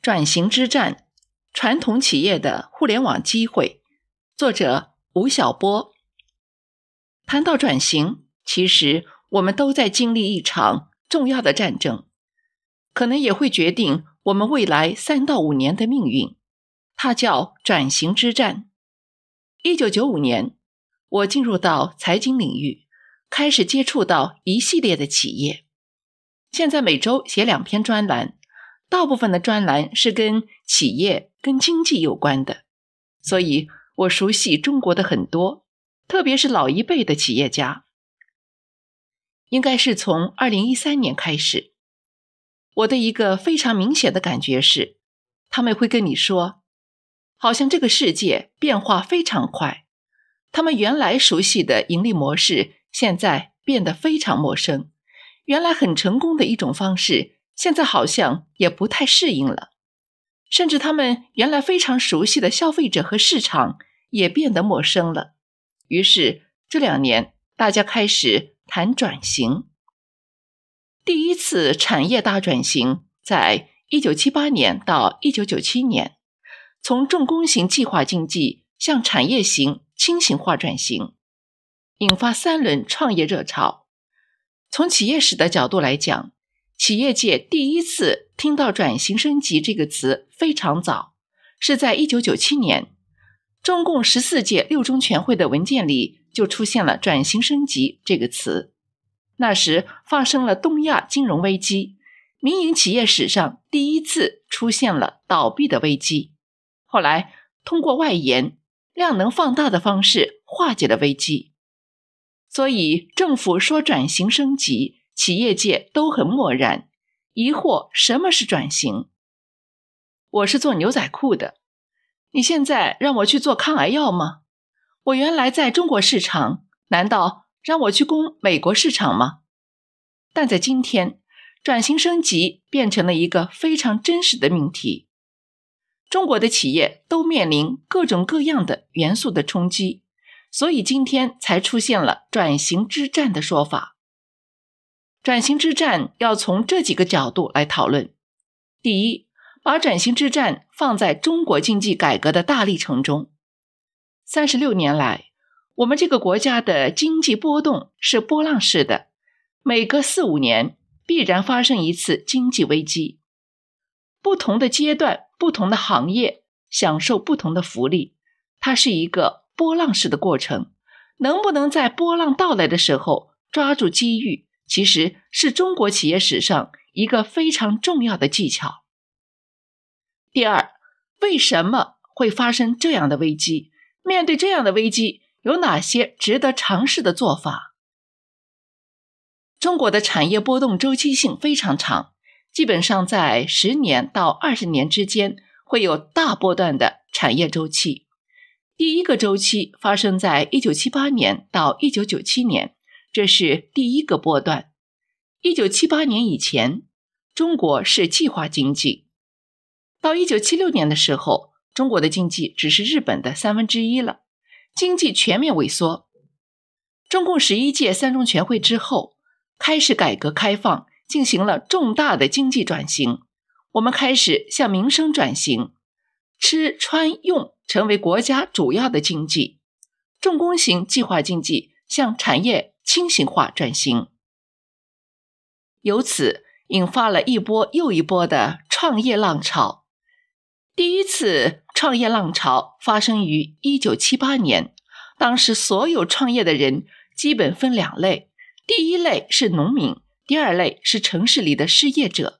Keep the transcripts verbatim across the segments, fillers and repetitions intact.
转型之战：传统企业的互联网机会，作者吴晓波。谈到转型，其实我们都在经历一场重要的战争，可能也会决定我们未来三到五年的命运，它叫转型之战。一九九五年，我进入到财经领域，开始接触到一系列的企业。现在每周写两篇专栏，大部分的专栏是跟企业、跟经济有关的，所以我熟悉中国的很多，特别是老一辈的企业家。应该是从二零一三年开始，我的一个非常明显的感觉是，他们会跟你说，好像这个世界变化非常快，他们原来熟悉的盈利模式现在变得非常陌生，原来很成功的一种方式现在好像也不太适应了，甚至他们原来非常熟悉的消费者和市场也变得陌生了。于是这两年大家开始谈转型。第一次产业大转型在一九七八年到一九九七年，从重工型计划经济向产业型轻型化转型，引发三轮创业热潮。从企业史的角度来讲，企业界第一次听到转型升级这个词非常早，是在一九九七年，中共十四届六中全会的文件里就出现了转型升级这个词。那时发生了东亚金融危机，民营企业史上第一次出现了倒闭的危机，后来通过外延、量能放大的方式化解了危机。所以政府说转型升级，企业界都很漠然，疑惑什么是转型。我是做牛仔裤的，你现在让我去做抗癌药吗？我原来在中国市场，难道让我去攻美国市场吗？但在今天，转型升级变成了一个非常真实的命题。中国的企业都面临各种各样的元素的冲击，所以今天才出现了转型之战的说法。转型之战要从这几个角度来讨论。第一，把转型之战放在中国经济改革的大历程中。三十六年来，我们这个国家的经济波动是波浪式的，每隔四五年必然发生一次经济危机。不同的阶段、不同的行业享受不同的福利，它是一个波浪式的过程。能不能在波浪到来的时候抓住机遇，其实是中国企业史上一个非常重要的技巧。第二，为什么会发生这样的危机？面对这样的危机，有哪些值得尝试的做法？中国的产业波动周期性非常长，基本上在十年到二十年之间会有大波段的产业周期。第一个周期发生在一九七八年到一九九七年，这是第一个波段。一九七八年以前，中国是计划经济。到一九七六年的时候，中国的经济只是日本的三分之一了，经济全面萎缩。中共十一届三中全会之后，开始改革开放，进行了重大的经济转型。我们开始向民生转型，吃穿用成为国家主要的经济，重工型计划经济向产业轻型化转型。由此引发了一波又一波的创业浪潮。第一次创业浪潮发生于一九七八年，当时所有创业的人基本分两类，第一类是农民，第二类是城市里的失业者。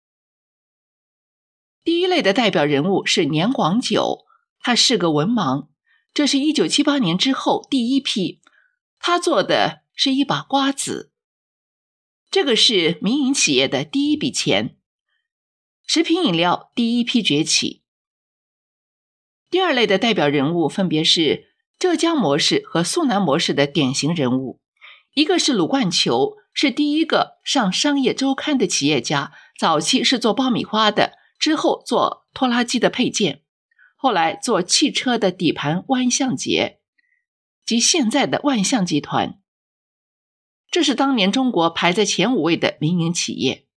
第一类的代表人物是年广久，他是个文盲，这是一九七八年之后第一批，他做的是一把瓜子。这个是民营企业的第一笔钱，食品饮料第一批崛起。第二类的代表人物分别是浙江模式和苏南模式的典型人物，一个是鲁冠球，是第一个上商业周刊的企业家，早期是做爆米花的，之后做拖拉机的配件，后来做汽车的底盘万向节及现在的万向集团。这是当年中国排在前五位的民营企业。